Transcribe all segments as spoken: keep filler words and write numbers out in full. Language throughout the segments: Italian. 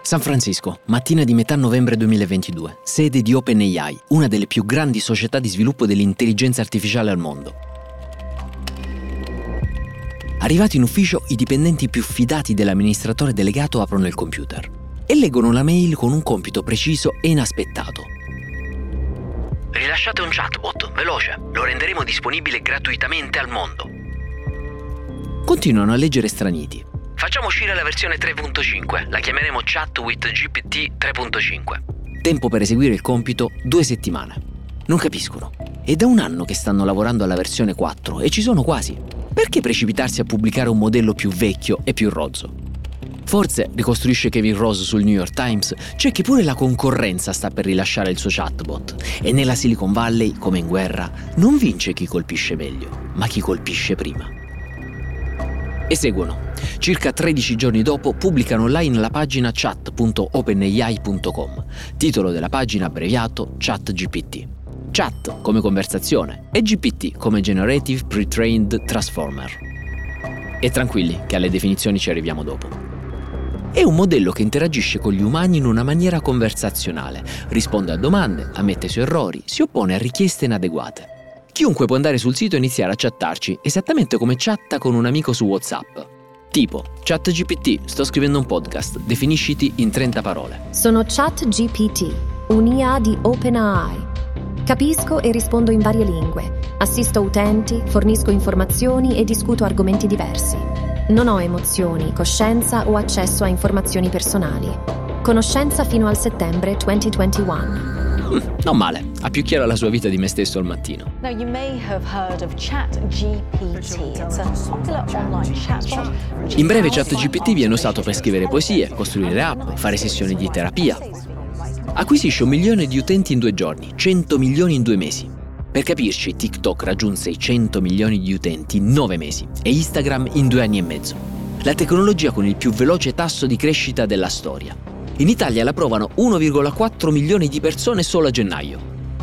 San Francisco, mattina di metà novembre duemilaventidue, sede di OpenAI, una delle più grandi società di sviluppo dell'intelligenza artificiale al mondo. Arrivati in ufficio, i dipendenti più fidati dell'amministratore delegato aprono il computer e leggono la mail con un compito preciso e inaspettato. Rilasciate un chatbot, veloce, lo renderemo disponibile gratuitamente al mondo. Continuano a leggere straniti. Facciamo uscire la versione tre punto cinque, la chiameremo Chat with G P T tre punto cinque. Tempo per eseguire il compito, due settimane. Non capiscono. È da un anno che stanno lavorando alla versione quattro e ci sono quasi. Perché precipitarsi a pubblicare un modello più vecchio e più rozzo? Forse, ricostruisce Kevin Rose sul New York Times, c'è che pure la concorrenza sta per rilasciare il suo chatbot. E nella Silicon Valley, come in guerra, non vince chi colpisce meglio, ma chi colpisce prima. Eseguono. Circa tredici giorni dopo pubblicano online la pagina chat punto openai punto com, titolo della pagina abbreviato ChatGPT. Chat come conversazione e G P T come Generative Pre-trained Transformer. E tranquilli che alle definizioni ci arriviamo dopo. È un modello che interagisce con gli umani in una maniera conversazionale, risponde a domande, ammette i suoi errori, si oppone a richieste inadeguate. Chiunque può andare sul sito e iniziare a chattarci, esattamente come chatta con un amico su WhatsApp. Tipo, ChatGPT, sto scrivendo un podcast, definisciti in trenta parole. Sono ChatGPT, un'I A di OpenAI. Capisco e rispondo in varie lingue. Assisto utenti, fornisco informazioni e discuto argomenti diversi. Non ho emozioni, coscienza o accesso a informazioni personali. Conoscenza fino al settembre duemilaventuno. Mm, non male, ha più chiara la sua vita di me stesso al mattino. Now you may have heard of ChatGPT. It's a popular online chatbot. In breve, ChatGPT viene usato per scrivere poesie, costruire app, fare sessioni di terapia. Acquisisce un milione di utenti in due giorni, cento milioni in due mesi. Per capirci, TikTok raggiunse i cento milioni di utenti in nove mesi e Instagram in due anni e mezzo. La tecnologia con il più veloce tasso di crescita della storia. In Italia la provano uno virgola quattro milioni di persone solo a gennaio.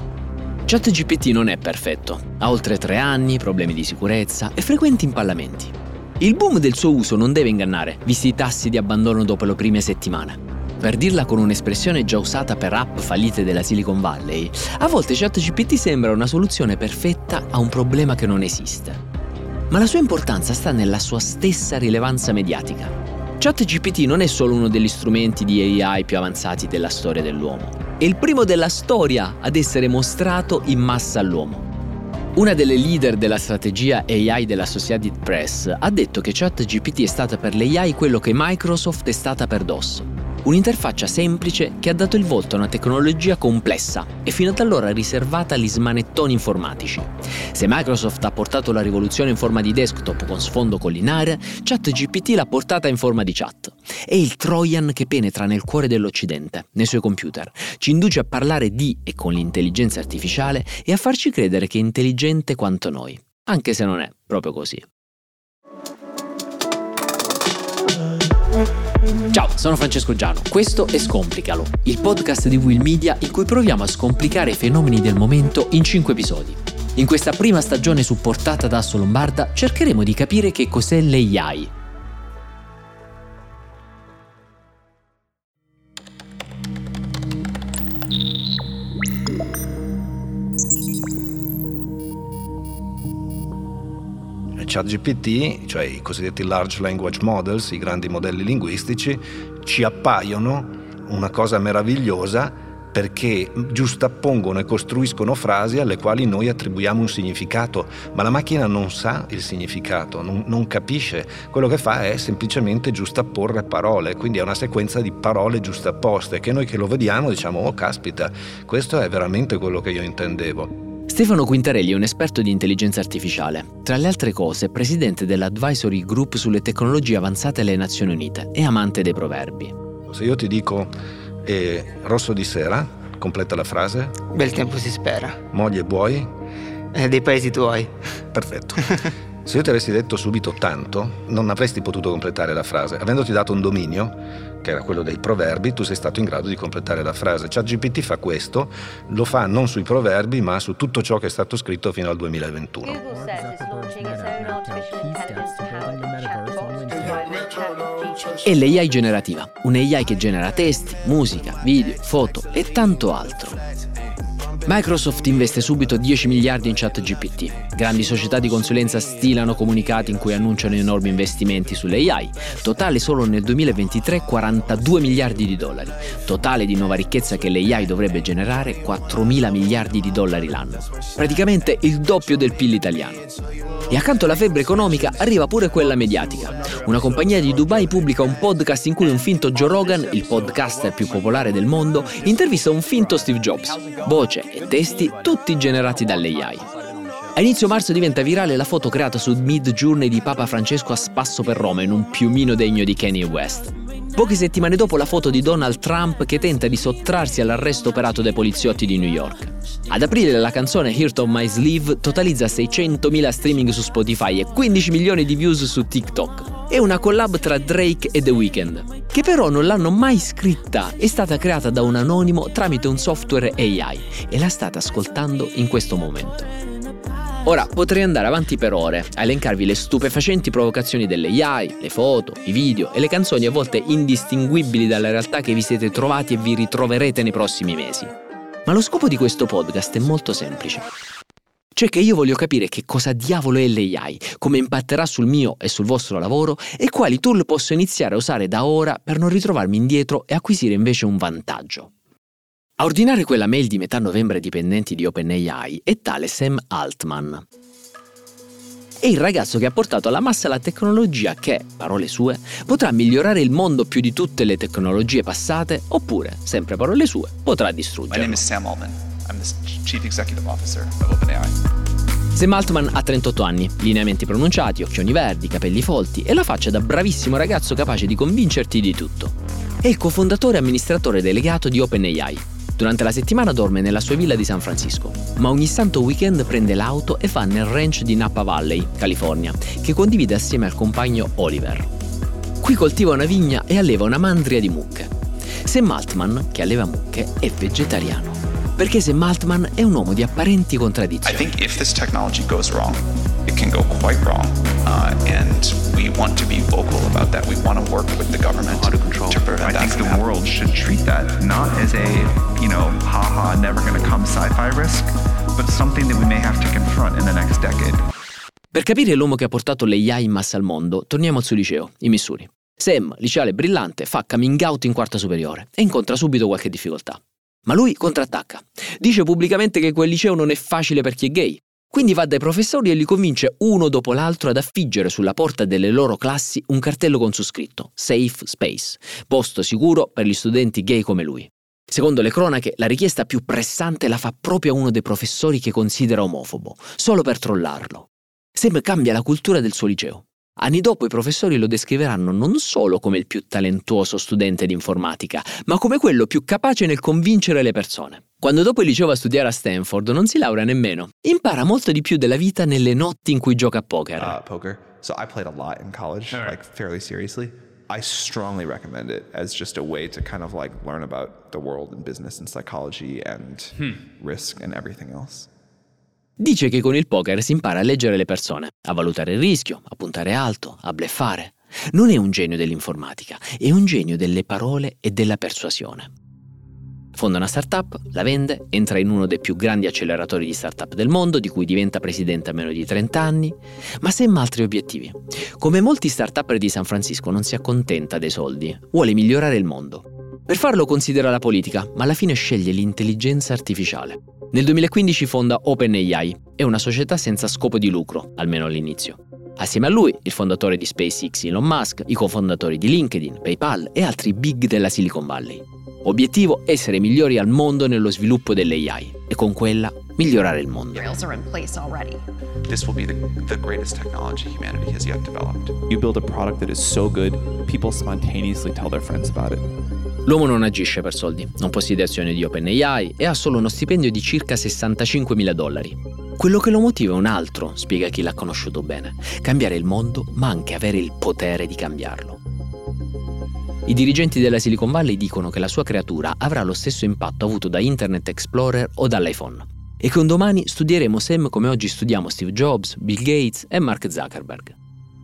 ChatGPT non è perfetto, ha oltre tre anni, problemi di sicurezza e frequenti impallamenti. Il boom del suo uso non deve ingannare, visti i tassi di abbandono dopo le prime settimane. Per dirla con un'espressione già usata per app fallite della Silicon Valley, a volte ChatGPT sembra una soluzione perfetta a un problema che non esiste. Ma la sua importanza sta nella sua stessa rilevanza mediatica. ChatGPT non è solo uno degli strumenti di A I più avanzati della storia dell'uomo. È il primo della storia ad essere mostrato in massa all'uomo. Una delle leader della strategia A I dell'Associated Press ha detto che ChatGPT è stata per l'A I quello che Microsoft è stata per DOS. Un'interfaccia semplice che ha dato il volto a una tecnologia complessa e fino ad allora riservata agli smanettoni informatici. Se Microsoft ha portato la rivoluzione in forma di desktop con sfondo collinare, ChatGPT l'ha portata in forma di chat. È il Trojan che penetra nel cuore dell'Occidente, nei suoi computer, ci induce a parlare di e con l'intelligenza artificiale e a farci credere che è intelligente quanto noi, anche se non è proprio così. Ciao, sono Francesco Giano, questo è Scomplicalo, il podcast di Will Media in cui proviamo a scomplicare i fenomeni del momento in cinque episodi. In questa prima stagione supportata da Asso Lombarda cercheremo di capire che cos'è l'A I. ChatGPT, cioè i cosiddetti large language models, i grandi modelli linguistici, ci appaiono una cosa meravigliosa perché giustappongono e costruiscono frasi alle quali noi attribuiamo un significato, ma la macchina non sa il significato, non, non capisce. Quello che fa è semplicemente giustapporre parole, quindi è una sequenza di parole giustapposte che noi che lo vediamo diciamo oh caspita, questo è veramente quello che io intendevo. Stefano Quintarelli è un esperto di intelligenza artificiale. Tra le altre cose, presidente dell'Advisory Group sulle tecnologie avanzate alle Nazioni Unite e amante dei proverbi. Se io ti dico eh, rosso di sera, completa la frase. Bel tempo si spera. Moglie e buoi. Eh, dei paesi tuoi. Perfetto. Se io ti avessi detto subito tanto, non avresti potuto completare la frase. Avendoti dato un dominio, che era quello dei proverbi, tu sei stato in grado di completare la frase. ChatGPT fa questo, lo fa non sui proverbi, ma su tutto ciò che è stato scritto fino al duemilaventuno. Google says it's launching its own artificial intelligence-powered chatbot rivaling ChatGPT. È l'A I generativa, un'A I che genera testi, musica, video, foto e tanto altro. Microsoft investe subito dieci miliardi in ChatGPT. Grandi società di consulenza stilano comunicati in cui annunciano enormi investimenti sull'A I. Totale solo nel duemilaventitré quarantadue miliardi di dollari. Totale di nuova ricchezza che l'A I dovrebbe generare quattromila miliardi di dollari l'anno. Praticamente il doppio del P I L italiano. E accanto alla febbre economica arriva pure quella mediatica. Una compagnia di Dubai pubblica un podcast in cui un finto Joe Rogan, il podcaster più popolare del mondo, intervista un finto Steve Jobs. Voce e testi tutti generati dall'A I. A inizio marzo diventa virale la foto creata su Midjourney di Papa Francesco a spasso per Roma in un piumino degno di Kanye West. Poche settimane dopo la foto di Donald Trump che tenta di sottrarsi all'arresto operato dai poliziotti di New York. Ad aprile la canzone Heart on My Sleeve totalizza seicentomila streaming su Spotify e quindici milioni di views su TikTok. È una collab tra Drake e The Weeknd, che però non l'hanno mai scritta, è stata creata da un anonimo tramite un software A I e la state ascoltando in questo momento. Ora potrei andare avanti per ore a elencarvi le stupefacenti provocazioni dell'A I, le foto, i video e le canzoni a volte indistinguibili dalla realtà che vi siete trovati e vi ritroverete nei prossimi mesi. Ma lo scopo di questo podcast è molto semplice. Cioè che io voglio capire che cosa diavolo è l'A I, come impatterà sul mio e sul vostro lavoro e quali tool posso iniziare a usare da ora per non ritrovarmi indietro e acquisire invece un vantaggio. A ordinare quella mail di metà novembre ai dipendenti di OpenAI è tale Sam Altman. È il ragazzo che ha portato alla massa la tecnologia che, parole sue, potrà migliorare il mondo più di tutte le tecnologie passate, oppure, sempre parole sue, potrà distruggerlo. My name is Sam Altman. I'm the Chief Executive Officer of OpenAI. Sam Altman ha trentotto anni, lineamenti pronunciati, occhioni verdi, capelli folti e la faccia da bravissimo ragazzo capace di convincerti di tutto. È il cofondatore e amministratore delegato di OpenAI. Durante la settimana dorme nella sua villa di San Francisco, ma ogni santo weekend prende l'auto e va nel ranch di Napa Valley, California, che condivide assieme al compagno Oliver. Qui coltiva una vigna e alleva una mandria di mucche. Sam Altman, che alleva mucche, è vegetariano, perché Sam Altman è un uomo di apparenti contraddizioni. I think if this technology goes wrong, it can go quite wrong, uh, and we want to be vocal about that. We want to work with the government to control. To prevent I that think from the happening. world should treat that not as a, you know, haha, never going to come sci-fi risk, but something that we may have to confront in the next decade. Per capire l'uomo che ha portato l'A I in massa al mondo, torniamo al suo liceo, in Missouri. Sam, liceale brillante, fa coming out in quarta superiore e incontra subito qualche difficoltà. Ma lui contrattacca. Dice pubblicamente che quel liceo non è facile per chi è gay. Quindi va dai professori e li convince uno dopo l'altro ad affiggere sulla porta delle loro classi un cartello con su scritto Safe Space, posto sicuro per gli studenti gay come lui. Secondo le cronache, la richiesta più pressante la fa proprio uno dei professori che considera omofobo, solo per trollarlo. Sam cambia la cultura del suo liceo. Anni dopo i professori lo descriveranno non solo come il più talentuoso studente di informatica, ma come quello più capace nel convincere le persone. Quando dopo il liceo va a studiare a Stanford non si laurea nemmeno. Impara molto di più della vita nelle notti in cui gioca a poker. Uh, poker. So I played a lot in college, right. like fairly seriously. I strongly recommend it as just a way to kind of like learn about the world and business and psychology and hmm. risk and everything else. Dice che con il poker si impara a leggere le persone, a valutare il rischio, a puntare alto, a bluffare. Non è un genio dell'informatica, è un genio delle parole e della persuasione. Fonda una startup, la vende, entra in uno dei più grandi acceleratori di startup del mondo, di cui diventa presidente a meno di trenta anni, ma Sam ha altri obiettivi. Come molti startupper di San Francisco non si accontenta dei soldi, vuole migliorare il mondo. Per farlo considera la politica, ma alla fine sceglie l'intelligenza artificiale. Nel duemilaquindici fonda OpenAI, è una società senza scopo di lucro, almeno all'inizio. Assieme a lui, il fondatore di SpaceX Elon Musk, i cofondatori di LinkedIn, PayPal e altri big della Silicon Valley. Obiettivo: essere migliori al mondo nello sviluppo dell'A I e con quella migliorare il mondo. This will be the, the greatest technology humanity has yet developed. You build a product that is so good, people spontaneously tell their friends about it. L'uomo non agisce per soldi, non possiede azioni di OpenAI e ha solo uno stipendio di circa sessantacinquemila dollari. quello che lo motiva è un altro, spiega chi l'ha conosciuto bene: cambiare il mondo, ma anche avere il potere di cambiarlo. I dirigenti della Silicon Valley dicono che la sua creatura avrà lo stesso impatto avuto da Internet Explorer o dall'iPhone, e che un domani studieremo Sam come oggi studiamo Steve Jobs, Bill Gates e Mark Zuckerberg.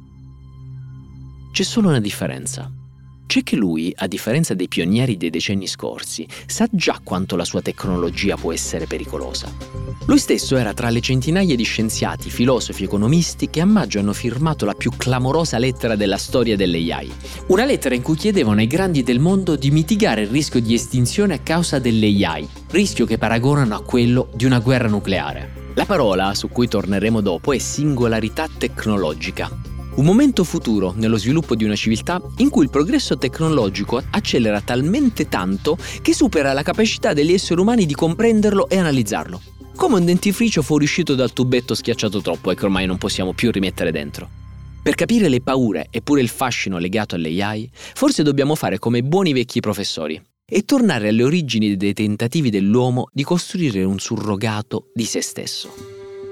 C'è solo una differenza. C'è che lui, a differenza dei pionieri dei decenni scorsi, sa già quanto la sua tecnologia può essere pericolosa. Lui stesso era tra le centinaia di scienziati, filosofi, economisti che a maggio hanno firmato la più clamorosa lettera della storia dell'A I. Una lettera in cui chiedevano ai grandi del mondo di mitigare il rischio di estinzione a causa dell'A I, rischio che paragonano a quello di una guerra nucleare. La parola, su cui torneremo dopo, è singolarità tecnologica. Un momento futuro nello sviluppo di una civiltà in cui il progresso tecnologico accelera talmente tanto che supera la capacità degli esseri umani di comprenderlo e analizzarlo. Come un dentifricio fuoriuscito dal tubetto schiacciato troppo e che ormai non possiamo più rimettere dentro. Per capire le paure e pure il fascino legato all'A I, forse dobbiamo fare come buoni vecchi professori e tornare alle origini dei tentativi dell'uomo di costruire un surrogato di se stesso.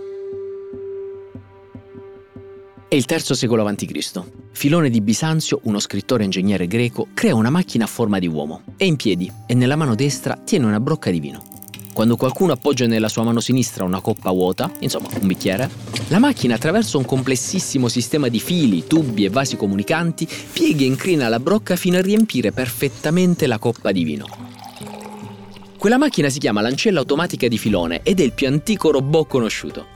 È il terzo secolo avanti Cristo. Filone di Bisanzio, uno scrittore e ingegnere greco, crea una macchina a forma di uomo. È in piedi e nella mano destra tiene una brocca di vino. Quando qualcuno appoggia nella sua mano sinistra una coppa vuota, insomma un bicchiere, la macchina, attraverso un complessissimo sistema di fili, tubi e vasi comunicanti, piega e incrina la brocca fino a riempire perfettamente la coppa di vino. Quella macchina si chiama l'ancella automatica di Filone ed è il più antico robot conosciuto.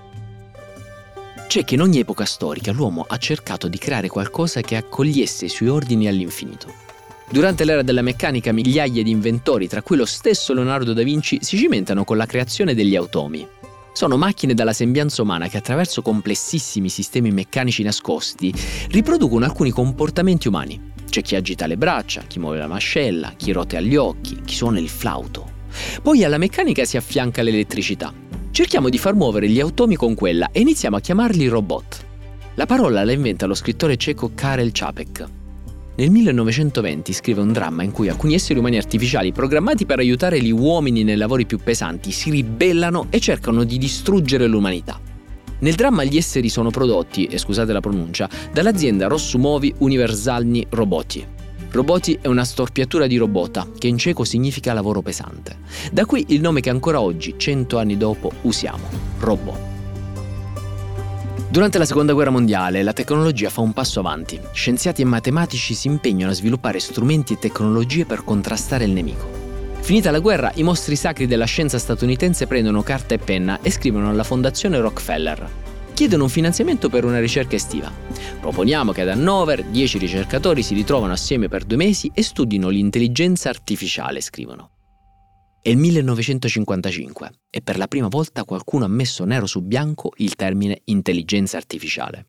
C'è che in ogni epoca storica l'uomo ha cercato di creare qualcosa che accogliesse i suoi ordini all'infinito. Durante l'era della meccanica, migliaia di inventori, tra cui lo stesso Leonardo da Vinci, si cimentano con la creazione degli automi. Sono macchine dalla sembianza umana che, attraverso complessissimi sistemi meccanici nascosti, riproducono alcuni comportamenti umani. C'è chi agita le braccia, chi muove la mascella, chi rotea gli occhi, chi suona il flauto. Poi alla meccanica si affianca l'elettricità. Cerchiamo di far muovere gli automi con quella e iniziamo a chiamarli robot. La parola la inventa lo scrittore ceco Karel Čapek. Nel millenovecentoventi scrive un dramma in cui alcuni esseri umani artificiali programmati per aiutare gli uomini nei lavori più pesanti si ribellano e cercano di distruggere l'umanità. Nel dramma gli esseri sono prodotti, e scusate la pronuncia, dall'azienda Rosumovi Universalni Roboti. Roboti è una storpiatura di robota, che in ceco significa lavoro pesante. Da qui il nome che ancora oggi, cento anni dopo, usiamo: robot. Durante la Seconda Guerra Mondiale la tecnologia fa un passo avanti. Scienziati e matematici si impegnano a sviluppare strumenti e tecnologie per contrastare il nemico. Finita la guerra, i mostri sacri della scienza statunitense prendono carta e penna e scrivono alla Fondazione Rockefeller. Chiedono un finanziamento per una ricerca estiva. Proponiamo che ad Hannover dieci ricercatori si ritrovano assieme per due mesi e studino l'intelligenza artificiale, scrivono. È il millenovecentocinquantacinque e per la prima volta qualcuno ha messo nero su bianco il termine intelligenza artificiale.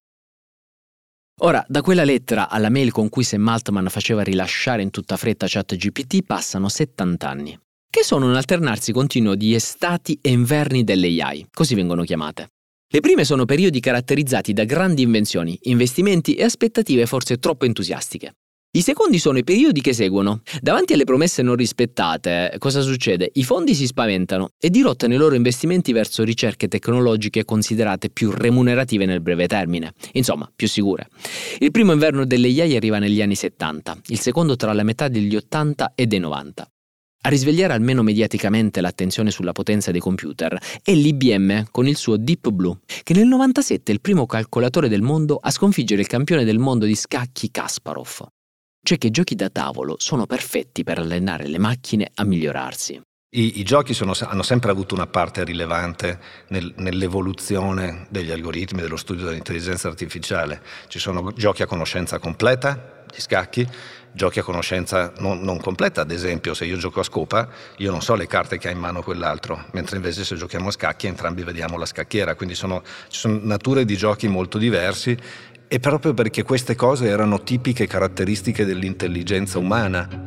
Ora, da quella lettera alla mail con cui Sam Altman faceva rilasciare in tutta fretta ChatGPT passano settanta anni, che sono un alternarsi continuo di estati e inverni dell'A I, così vengono chiamate. Le prime sono periodi caratterizzati da grandi invenzioni, investimenti e aspettative forse troppo entusiastiche. I secondi sono i periodi che seguono. Davanti alle promesse non rispettate, cosa succede? I fondi si spaventano e dirottano i loro investimenti verso ricerche tecnologiche considerate più remunerative nel breve termine, insomma, più sicure. Il primo inverno delle A I arriva negli anni settanta, il secondo tra la metà degli ottanta e dei novanta. A risvegliare almeno mediaticamente l'attenzione sulla potenza dei computer è l'I B M con il suo Deep Blue, che nel novantasette è il primo calcolatore del mondo a sconfiggere il campione del mondo di scacchi Kasparov. Cioè che i giochi da tavolo sono perfetti per allenare le macchine a migliorarsi. I, i giochi sono, hanno sempre avuto una parte rilevante nel, nell'evoluzione degli algoritmi, dello studio dell'intelligenza artificiale. Ci sono giochi a conoscenza completa, gli scacchi, giochi a conoscenza non, non completa. Ad esempio, se io gioco a scopa, io non so le carte che ha in mano quell'altro, mentre invece se giochiamo a scacchi entrambi vediamo la scacchiera. Quindi sono, ci sono nature di giochi molto diversi, e proprio perché queste cose erano tipiche caratteristiche dell'intelligenza umana.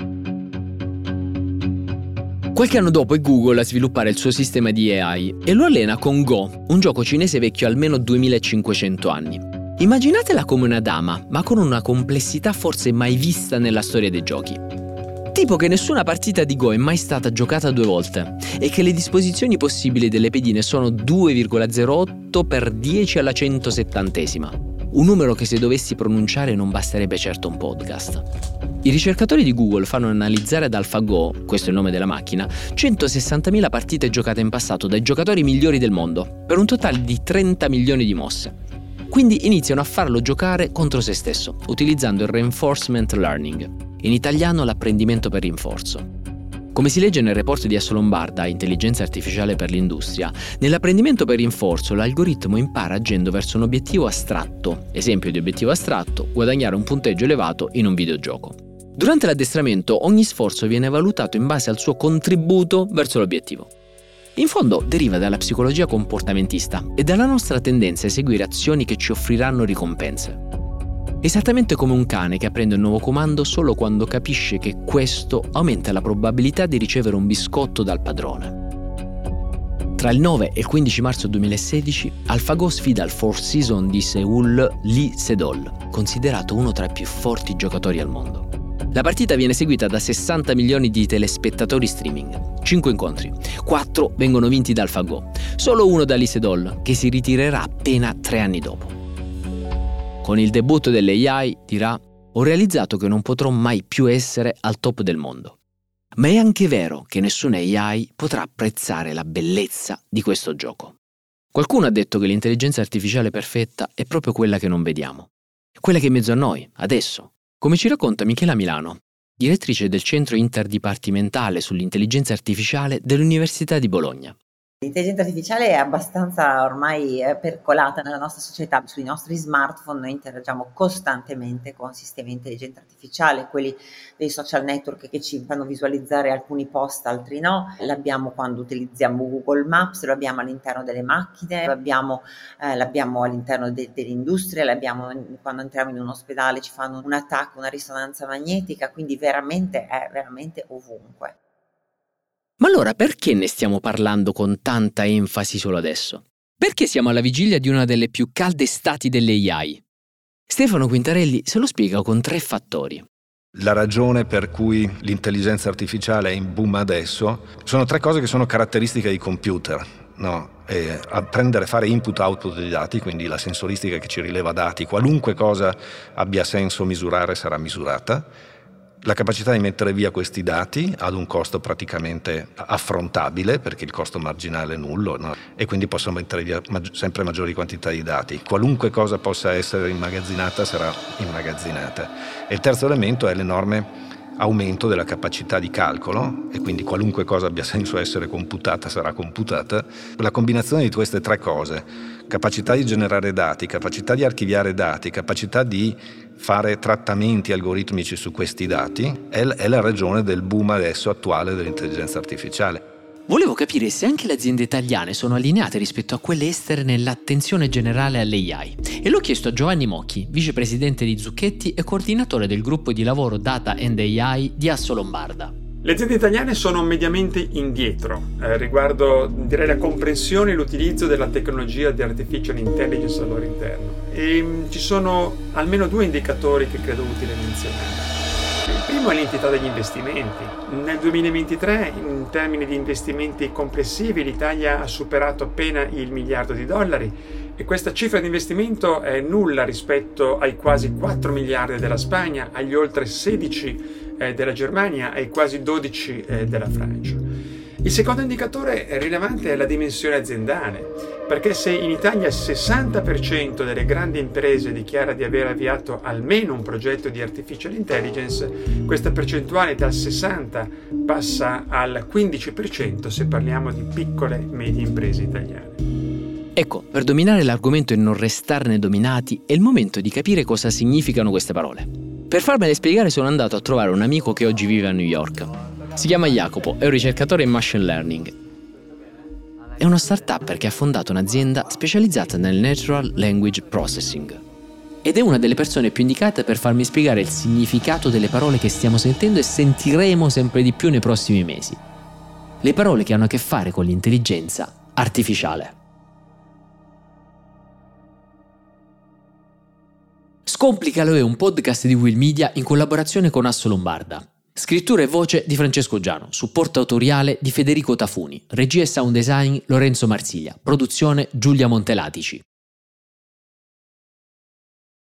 Qualche anno dopo è Google a sviluppare il suo sistema di A I e lo allena con Go, un gioco cinese vecchio almeno duemilacinquecento anni. Immaginatela come una dama, ma con una complessità forse mai vista nella storia dei giochi. Tipo che nessuna partita di Go è mai stata giocata due volte e che le disposizioni possibili delle pedine sono due virgola zero otto per dieci alla centosettantesima, un numero che se dovessi pronunciare non basterebbe certo un podcast. I ricercatori di Google fanno analizzare ad AlphaGo, questo è il nome della macchina, centosessantamila partite giocate in passato dai giocatori migliori del mondo, per un totale di trenta milioni di mosse. Quindi iniziano a farlo giocare contro se stesso, utilizzando il reinforcement learning, in italiano l'apprendimento per rinforzo. Come si legge nel report di Assolombarda, Intelligenza Artificiale per l'Industria, nell'apprendimento per rinforzo l'algoritmo impara agendo verso un obiettivo astratto, esempio di obiettivo astratto, guadagnare un punteggio elevato in un videogioco. Durante l'addestramento ogni sforzo viene valutato in base al suo contributo verso l'obiettivo. In fondo deriva dalla psicologia comportamentista e dalla nostra tendenza a eseguire azioni che ci offriranno ricompense. Esattamente come un cane che apprende un nuovo comando solo quando capisce che questo aumenta la probabilità di ricevere un biscotto dal padrone. Tra il nove e il quindici marzo duemilasedici, AlphaGo sfida al Four Seasons di Seoul Lee Sedol, considerato uno tra i più forti giocatori al mondo. La partita viene seguita da sessanta milioni di telespettatori streaming. cinque incontri, quattro vengono vinti da AlphaGo, solo uno da Lee Sedol, che si ritirerà appena tre anni dopo. Con il debutto dell'A I dirà: ho realizzato che non potrò mai più essere al top del mondo. Ma è anche vero che nessuna A I potrà apprezzare la bellezza di questo gioco. Qualcuno ha detto che l'intelligenza artificiale perfetta è proprio quella che non vediamo. Quella che è in mezzo a noi, adesso. Come ci racconta Michela Milano, direttrice del Centro Interdipartimentale sull'Intelligenza Artificiale dell'Università di Bologna. L'intelligenza artificiale è abbastanza ormai percolata nella nostra società. Sui nostri smartphone noi interagiamo costantemente con sistemi di intelligenza artificiale, quelli dei social network che ci fanno visualizzare alcuni post, altri no. L'abbiamo quando utilizziamo Google Maps, lo abbiamo all'interno delle macchine, lo abbiamo, eh, l'abbiamo all'interno de- dell'industria, l'abbiamo quando entriamo in un ospedale, ci fanno un attacco, una risonanza magnetica, quindi veramente è veramente ovunque. Ma allora perché ne stiamo parlando con tanta enfasi solo adesso? Perché siamo alla vigilia di una delle più calde estati delle A I? Stefano Quintarelli se lo spiega con tre fattori. La ragione per cui l'intelligenza artificiale è in boom adesso sono tre cose che sono caratteristiche dei computer, no? E apprendere a fare input-output dei dati, quindi la sensoristica che ci rileva dati, qualunque cosa abbia senso misurare sarà misurata. La capacità di mettere via questi dati ad un costo praticamente affrontabile, perché il costo marginale è nullo, no? E quindi possono mettere via maggi- sempre maggiori quantità di dati. Qualunque cosa possa essere immagazzinata sarà immagazzinata. E il terzo elemento è l'enorme aumento della capacità di calcolo, e quindi qualunque cosa abbia senso essere computata sarà computata. La combinazione di queste tre cose, capacità di generare dati, capacità di archiviare dati, capacità di fare trattamenti algoritmici su questi dati, è, è la ragione del boom adesso attuale dell'intelligenza artificiale. Volevo capire se anche le aziende italiane sono allineate rispetto a quelle estere nell'attenzione generale alle A I. E l'ho chiesto a Giovanni Mocchi, vicepresidente di Zucchetti e coordinatore del gruppo di lavoro Data and A I di Assolombarda. Le aziende italiane sono mediamente indietro eh, riguardo, direi, la comprensione e l'utilizzo della tecnologia di artificial intelligence al loro interno. E mh, ci sono almeno due indicatori che credo utile menzionare. Il primo è l'entità degli investimenti. Nel duemilaventitré, in termini di investimenti complessivi, l'Italia ha superato appena il miliardo di dollari e questa cifra di investimento è nulla rispetto ai quasi quattro miliardi della Spagna, agli oltre sedici eh, della Germania, ai quasi dodici eh, della Francia. Il secondo indicatore rilevante è la dimensione aziendale, perché se in Italia il sessanta per cento delle grandi imprese dichiara di aver avviato almeno un progetto di artificial intelligence, questa percentuale dal sessanta passa al quindici per cento se parliamo di piccole e medie imprese italiane. Ecco, per dominare l'argomento e non restarne dominati, è il momento di capire cosa significano queste parole. Per farmele spiegare sono andato a trovare un amico che oggi vive a New York. Si chiama Jacopo, è un ricercatore in machine learning. È uno startup che ha fondato un'azienda specializzata nel natural language processing. Ed è una delle persone più indicate per farmi spiegare il significato delle parole che stiamo sentendo e sentiremo sempre di più nei prossimi mesi. Le parole che hanno a che fare con l'intelligenza artificiale. Scomplicalo è un podcast di Will Media in collaborazione con Assolombarda. Scrittura e voce di Francesco Giano, supporto autoriale di Federico Tafuni, regia e sound design Lorenzo Marsiglia, produzione Giulia Montelatici.